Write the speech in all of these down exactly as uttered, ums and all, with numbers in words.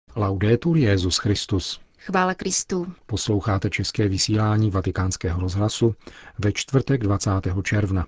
Laudetur Jesus Christus. Chvála Kristu. Posloucháte české vysílání Vatikánského rozhlasu ve čtvrtek dvacátého června.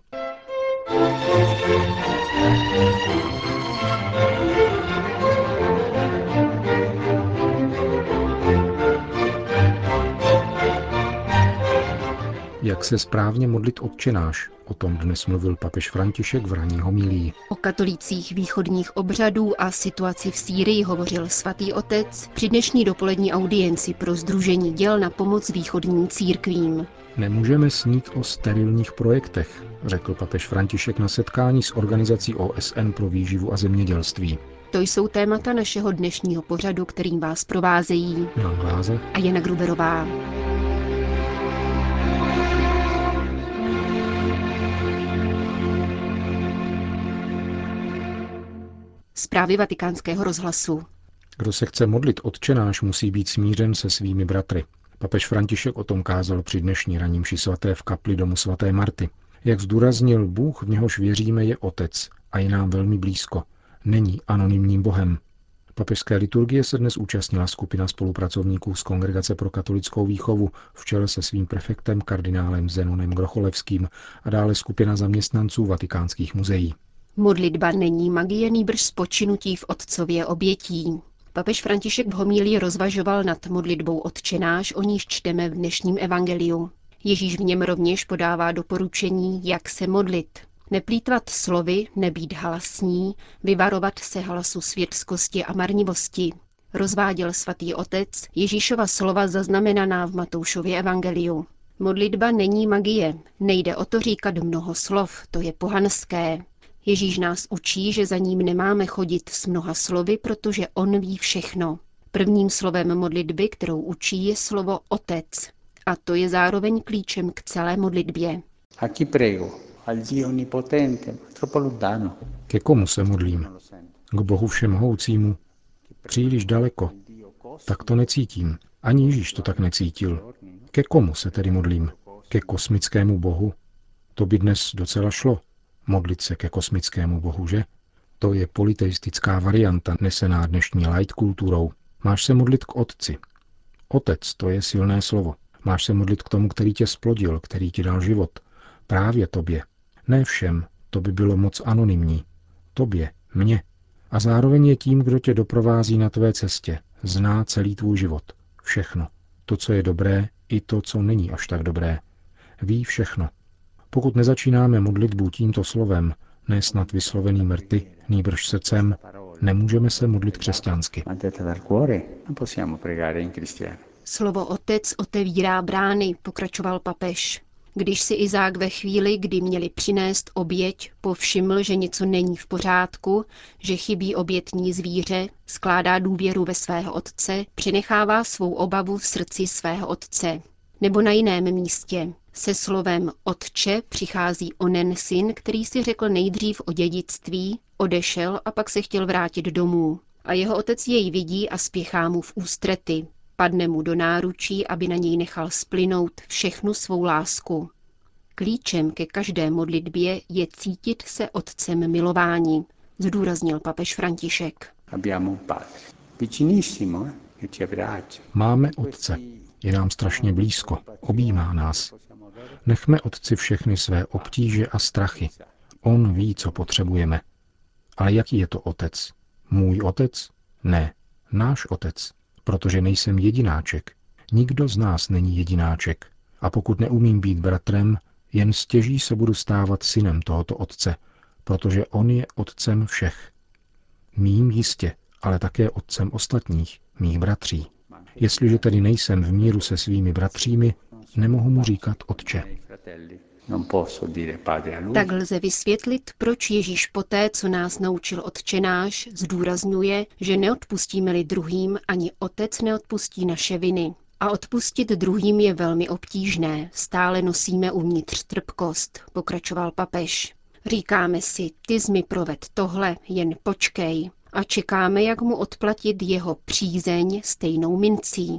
Jak se správně modlit Otčenáš? O tom dnes mluvil papež František v ranní homilii. O katolících východních obřadů a situaci v Sýrii hovořil svatý otec při dnešní dopolední audienci pro Sdružení děl na pomoc východním církvím. Nemůžeme snít o sterilních projektech, řekl papež František na setkání s organizací O S N pro výživu a zemědělství. To jsou témata našeho dnešního pořadu, kterým vás provázejí Jan Glázer a Jana Gruberová. Zprávy Vatikánského rozhlasu. Kdo se chce modlit Otčenáš, musí být smířen se svými bratry. Papež František o tom kázal při dnešní ranní mši svaté v kapli domu svaté Marty. Jak zdůraznil, Bůh, v něhož věříme, je Otec a je nám velmi blízko. Není anonymním Bohem. Papežské liturgie se dnes účastnila skupina spolupracovníků z Kongregace pro katolickou výchovu v čele se svým prefektem kardinálem Zenonem Grocholevským a dále skupina zaměstnanců vatikánských muzeí. Modlitba není magie, nýbrž spočinutí v otcově obětí. Papež František v homílii rozvažoval nad modlitbou Otčenáš, o níž čteme v dnešním evangeliu. Ježíš v něm rovněž podává doporučení, jak se modlit. Neplýtvat slovy, nebýt halasní, vyvarovat se hlasu světskosti a marnivosti. Rozváděl svatý otec Ježíšova slova zaznamenaná v Matoušově evangeliu. Modlitba není magie, nejde o to říkat mnoho slov, to je pohanské. Ježíš nás učí, že za ním nemáme chodit s mnoha slovy, protože on ví všechno. Prvním slovem modlitby, kterou učí, je slovo Otec. A to je zároveň klíčem k celé modlitbě. Ke komu se modlím? K Bohu všemohoucímu? Příliš daleko. Tak to necítím. Ani Ježíš to tak necítil. Ke komu se tedy modlím? Ke kosmickému Bohu? To by dnes docela šlo. Modlit se ke kosmickému Bohu, že? To je polyteistická varianta nesená dnešní light kulturou. Máš se modlit k Otci. Otec, to je silné slovo. Máš se modlit k tomu, který tě splodil, který ti dal život. Právě tobě. Ne všem, to by bylo moc anonymní. Tobě, mně. A zároveň je tím, kdo tě doprovází na tvé cestě. Zná celý tvůj život. Všechno. To, co je dobré, i to, co není až tak dobré. Ví všechno. Pokud nezačínáme modlitbu tímto slovem, ne snad vysloveným rty, nýbrž srdcem, nemůžeme se modlit křesťansky. Slovo Otec otevírá brány, pokračoval papež. Když si Izák ve chvíli, kdy měli přinést oběť, povšiml, že něco není v pořádku, že chybí obětní zvíře, skládá důvěru ve svého otce, přenechává svou obavu v srdci svého otce. Nebo na jiném místě. Se slovem Otče přichází onen syn, který si řekl nejdřív o dědictví, odešel a pak se chtěl vrátit domů. A jeho otec jej vidí a spěchá mu v ústrety. Padne mu do náručí, aby na něj nechal splynout všechnu svou lásku. Klíčem ke každé modlitbě je cítit se otcem milování, zdůraznil papež František. Máme Otce. Je nám strašně blízko. Objímá nás. Nechme Otci všechny své obtíže a strachy. On ví, co potřebujeme. Ale jaký je to Otec? Můj Otec? Ne, náš Otec. Protože nejsem jedináček. Nikdo z nás není jedináček. A pokud neumím být bratrem, jen stěží se budu stávat synem tohoto Otce, protože on je Otcem všech. Mým jistě, ale také Otcem ostatních, mých bratří. Jestliže tedy nejsem v míru se svými bratřími, nemohu mu říkat Otče. Tak lze vysvětlit, proč Ježíš poté, co nás naučil Otčenáš, zdůrazňuje, že neodpustíme-li druhým, ani Otec neodpustí naše viny. A odpustit druhým je velmi obtížné, stále nosíme uvnitř trpkost, pokračoval papež. Říkáme si, ty jsi mi proved tohle, jen počkej. A čekáme, jak mu odplatit jeho přízeň stejnou mincí.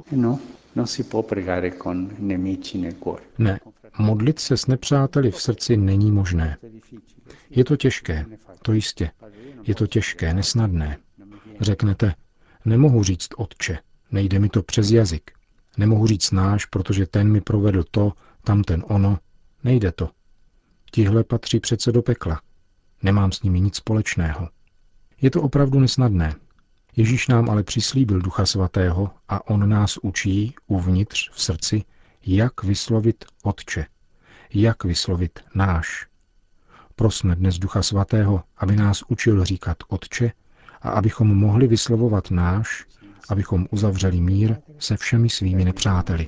Ne, modlit se s nepřáteli v srdci není možné. Je to těžké, to jistě. Je to těžké, nesnadné. Řeknete, Nemohu říct Otče, nejde mi to přes jazyk. Nemohu říct náš, protože ten mi provedl to, tamten ono, nejde to. Tihle patří přece do pekla. Nemám s nimi nic společného. Je to opravdu nesnadné. Ježíš nám ale přislíbil Ducha Svatého a on nás učí uvnitř v srdci, jak vyslovit Otče, jak vyslovit náš. Prosme dnes Ducha Svatého, aby nás učil říkat Otče a abychom mohli vyslovovat náš, abychom uzavřeli mír se všemi svými nepřáteli.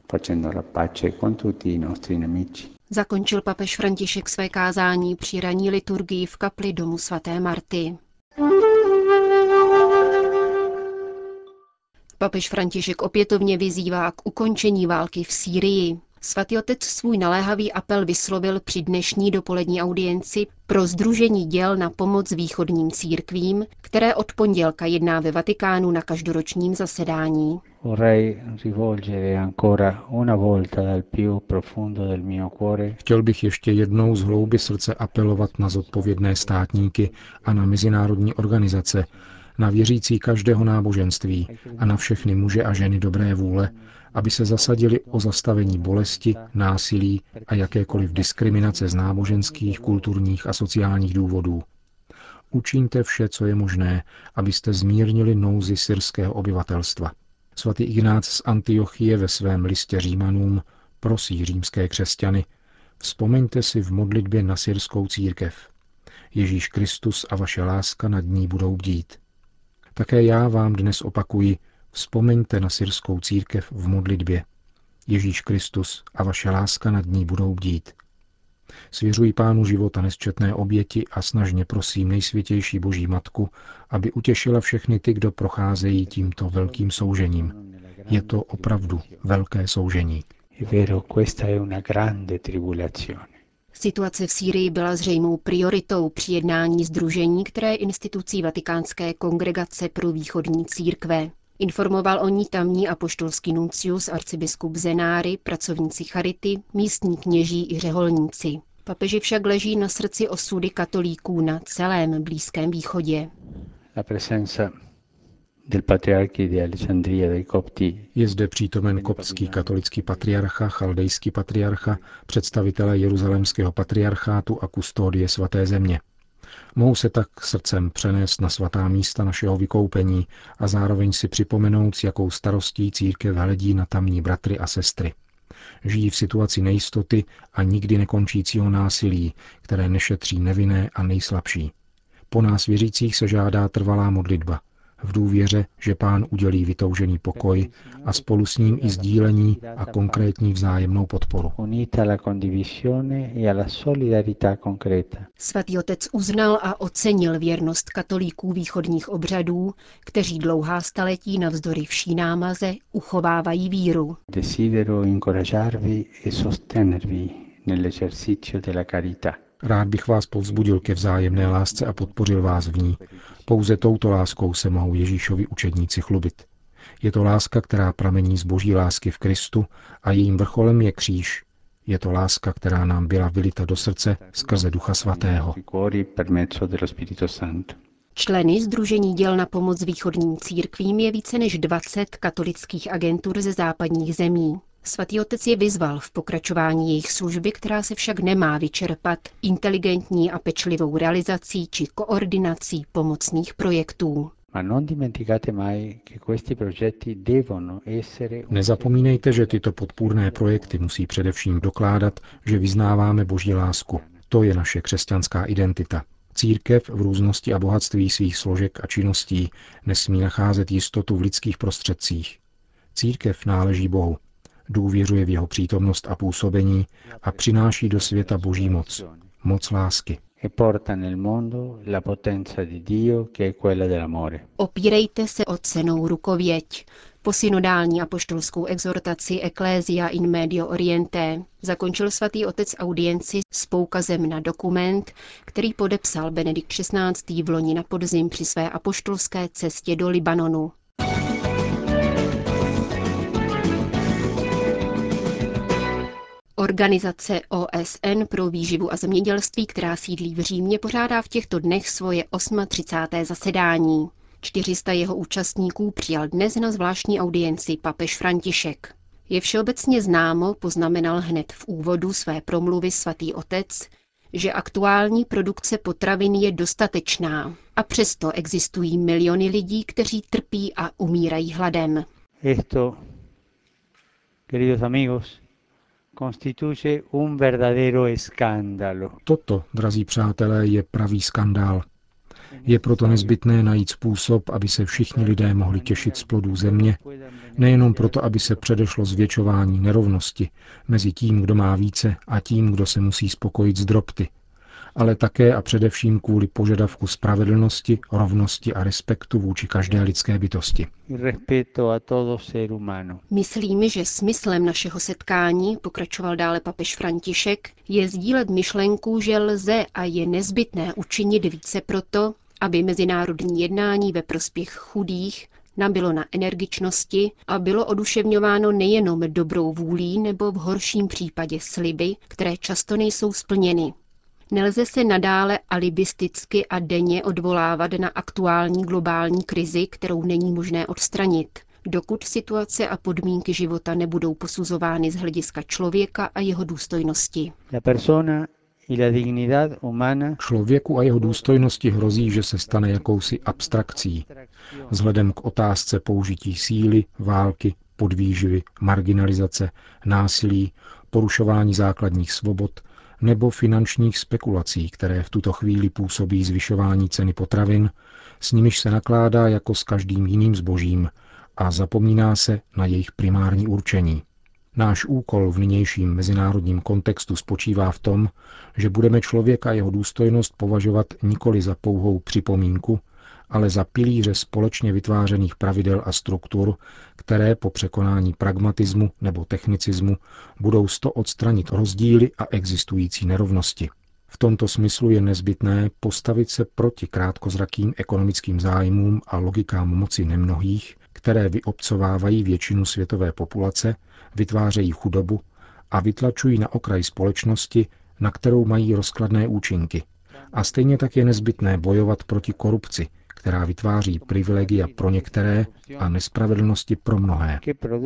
Zakončil papež František své kázání při ranní liturgii v kapli domu svaté Marty. Papež František opětovně vyzývá k ukončení války v Sýrii. Svatý otec svůj naléhavý apel vyslovil při dnešní dopolední audienci pro Sdružení děl na pomoc východním církvím, které od pondělka jedná ve Vatikánu na každoročním zasedání. Chtěl bych ještě jednou z hloubi srdce apelovat na zodpovědné státníky a na mezinárodní organizace, na věřící každého náboženství a na všechny muže a ženy dobré vůle, aby se zasadili o zastavení bolesti, násilí a jakékoliv diskriminace z náboženských, kulturních a sociálních důvodů. Učiňte vše, co je možné, abyste zmírnili nouzi syrského obyvatelstva. Svatý Ignác z Antiochie ve svém listě Římanům prosí římské křesťany: vzpomeňte si v modlitbě na syrskou církev. Ježíš Kristus a vaše láska nad ní budou bdít. Také já vám dnes opakuji, vzpomeňte na syrskou církev v modlitbě. Ježíš Kristus a vaše láska nad ní budou bdít. Svěřuji Pánu života nesčetné oběti a snažně prosím nejsvětější Boží Matku, aby utěšila všechny ty, kdo procházejí tímto velkým soužením. Je to opravdu velké soužení. Situace v Sýrii byla zřejmou prioritou při jednání sdružení, které je institucí Vatikánské kongregace pro východní církve. Informoval o ní tamní apoštolský nuncius arcibiskup Zenári, pracovníci charity, místní kněží i řeholníci. Papeži však leží na srdci osudy katolíků na celém Blízkém východě. Je zde přítomen koptský katolický patriarcha, chaldejský patriarcha, představitelé jeruzalémského patriarchátu a kustodie svaté země. Mohou se tak srdcem přenést na svatá místa našeho vykoupení a zároveň si připomenout, s jakou starostí církev hledí na tamní bratry a sestry. Žijí v situaci nejistoty a nikdy nekončícího násilí, které nešetří nevinné a nejslabší. Po nás věřících se žádá trvalá modlitba, v důvěře, že Pán udělí vytoužený pokoj a spolu s ním i sdílení a konkrétní vzájemnou podporu. Svatý otec uznal a ocenil věrnost katolíků východních obřadů, kteří dlouhá staletí navzdory vší námaze uchovávají víru. Rád bych vás povzbudil ke vzájemné lásce a podpořil vás v ní. Pouze touto láskou se mohou Ježíšovi učedníci chlubit. Je to láska, která pramení z boží lásky v Kristu a jejím vrcholem je kříž. Je to láska, která nám byla vylita do srdce skrze Ducha Svatého. Členy Sdružení děl na pomoc východním církvím je více než dvacet katolických agentur ze západních zemí. Svatý otec je vyzval v pokračování jejich služby, která se však nemá vyčerpat inteligentní a pečlivou realizací či koordinací pomocných projektů. Nezapomínejte, že tyto podpůrné projekty musí především dokládat, že vyznáváme Boží lásku. To je naše křesťanská identita. Církev v různosti a bohatství svých složek a činností nesmí nacházet jistotu v lidských prostředcích. Církev náleží Bohu, důvěřuje v jeho přítomnost a působení a přináší do světa Boží moc, moc lásky. Opírejte se o cennou rukověď. Po synodální apoštolskou exhortaci Ecclesia in Medio Oriente zakončil svatý otec audienci s poukazem na dokument, který podepsal Benedikt šestnáctý v loni na podzim při své apoštolské cestě do Libanonu. Organizace O S N pro výživu a zemědělství, která sídlí v Římě, pořádá v těchto dnech svoje třicáté osmé zasedání. čtyři sta jeho účastníků přijal dnes na zvláštní audienci papež František. Je všeobecně známo, poznamenal hned v úvodu své promluvy svatý otec, že aktuální produkce potravin je dostatečná a přesto existují miliony lidí, kteří trpí a umírají hladem. Esto, queridos amigos, constituye un verdadero escándalo. Toto, drazí přátelé, je pravý skandál. Je proto nezbytné najít způsob, aby se všichni lidé mohli těšit z plodů země, nejenom proto, aby se předešlo zvětšování nerovnosti mezi tím, kdo má více, a tím, kdo se musí spokojit s drobty, ale také a především kvůli požadavku spravedlnosti, rovnosti a respektu vůči každé lidské bytosti. Myslím, že smyslem našeho setkání, pokračoval dále papež František, je sdílet myšlenku, že lze a je nezbytné učinit více proto, aby mezinárodní jednání ve prospěch chudých nabylo na energičnosti a bylo oduševňováno nejenom dobrou vůlí nebo v horším případě sliby, které často nejsou splněny. Nelze se nadále alibisticky a denně odvolávat na aktuální globální krizi, kterou není možné odstranit, dokud situace a podmínky života nebudou posuzovány z hlediska člověka a jeho důstojnosti. Člověku a jeho důstojnosti hrozí, že se stane jakousi abstrakcí. Vzhledem k otázce použití síly, války, podvýživy, marginalizace, násilí, porušování základních svobod nebo finančních spekulací, které v tuto chvíli působí zvyšování ceny potravin, s nimiž se nakládá jako s každým jiným zbožím a zapomíná se na jejich primární určení. Náš úkol v nynějším mezinárodním kontextu spočívá v tom, že budeme člověka a jeho důstojnost považovat nikoli za pouhou připomínku, ale za pilíře společně vytvářených pravidel a struktur, které po překonání pragmatismu nebo technicismu budou sto odstranit rozdíly a existující nerovnosti. V tomto smyslu je nezbytné postavit se proti krátkozrakým ekonomickým zájmům a logikám moci nemnohých, které vyobcovávají většinu světové populace, vytvářejí chudobu a vytlačují na okraj společnosti, na kterou mají rozkladné účinky. A stejně tak je nezbytné bojovat proti korupci, která vytváří privilegia pro některé a nespravedlnosti pro mnohé.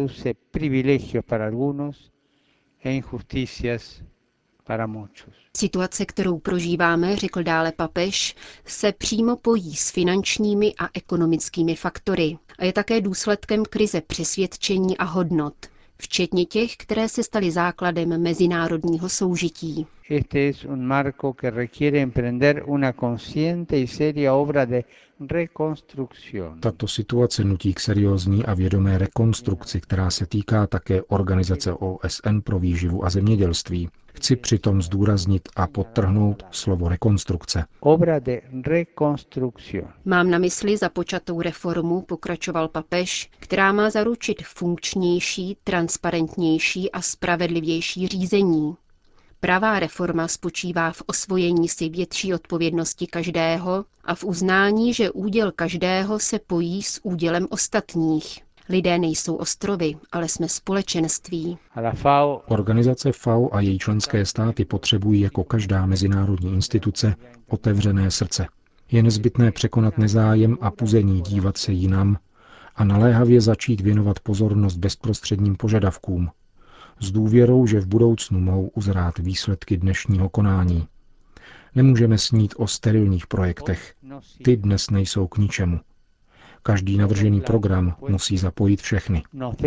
Situace, kterou prožíváme, řekl dále papež, se přímo pojí s finančními a ekonomickými faktory a je také důsledkem krize přesvědčení a hodnot, včetně těch, které se staly základem mezinárodního soužití. Este es un marco que requiere emprender una consciente y seria obra de reconstrucción. Tato situace nutí k seriózní a vědomé rekonstrukci, která se týká také Organizace O S N pro výživu a zemědělství. Chci přitom zdůraznit a podtrhnout slovo rekonstrukce. Obra de reconstrucción. Mám na mysli započatou reformu, pokračoval papež, která má zaručit funkčnější, transparentnější a spravedlivější řízení. Pravá reforma spočívá v osvojení si větší odpovědnosti každého a v uznání, že úděl každého se pojí s údělem ostatních. Lidé nejsou ostrovy, ale jsme společenství. Organizace F A O a její členské státy potřebují jako každá mezinárodní instituce otevřené srdce. Je nezbytné překonat nezájem a puzení dívat se jinam a naléhavě začít věnovat pozornost bezprostředním požadavkům, s důvěrou, že v budoucnu mohou uzrát výsledky dnešního konání. Nemůžeme snít o sterilních projektech. Ty dnes nejsou k ničemu. Každý navržený program musí zapojit všechny.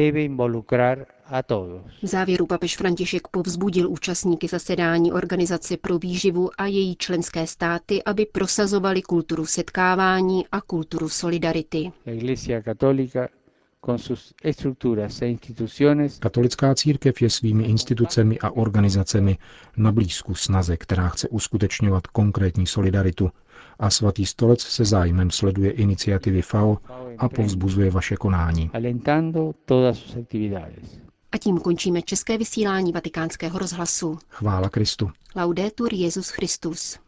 V závěru papež František povzbudil účastníky zasedání Organizace pro výživu a její členské státy, aby prosazovali kulturu setkávání a kulturu solidarity. Katolická církev je svými institucemi a organizacemi na blízku snaze, která chce uskutečňovat konkrétní solidaritu, a svatý stolec se zájmem sleduje iniciativy F A O a povzbuzuje vaše konání. A tím končíme české vysílání Vatikánského rozhlasu. Chvála Kristu. Laudetur Jesus Christus.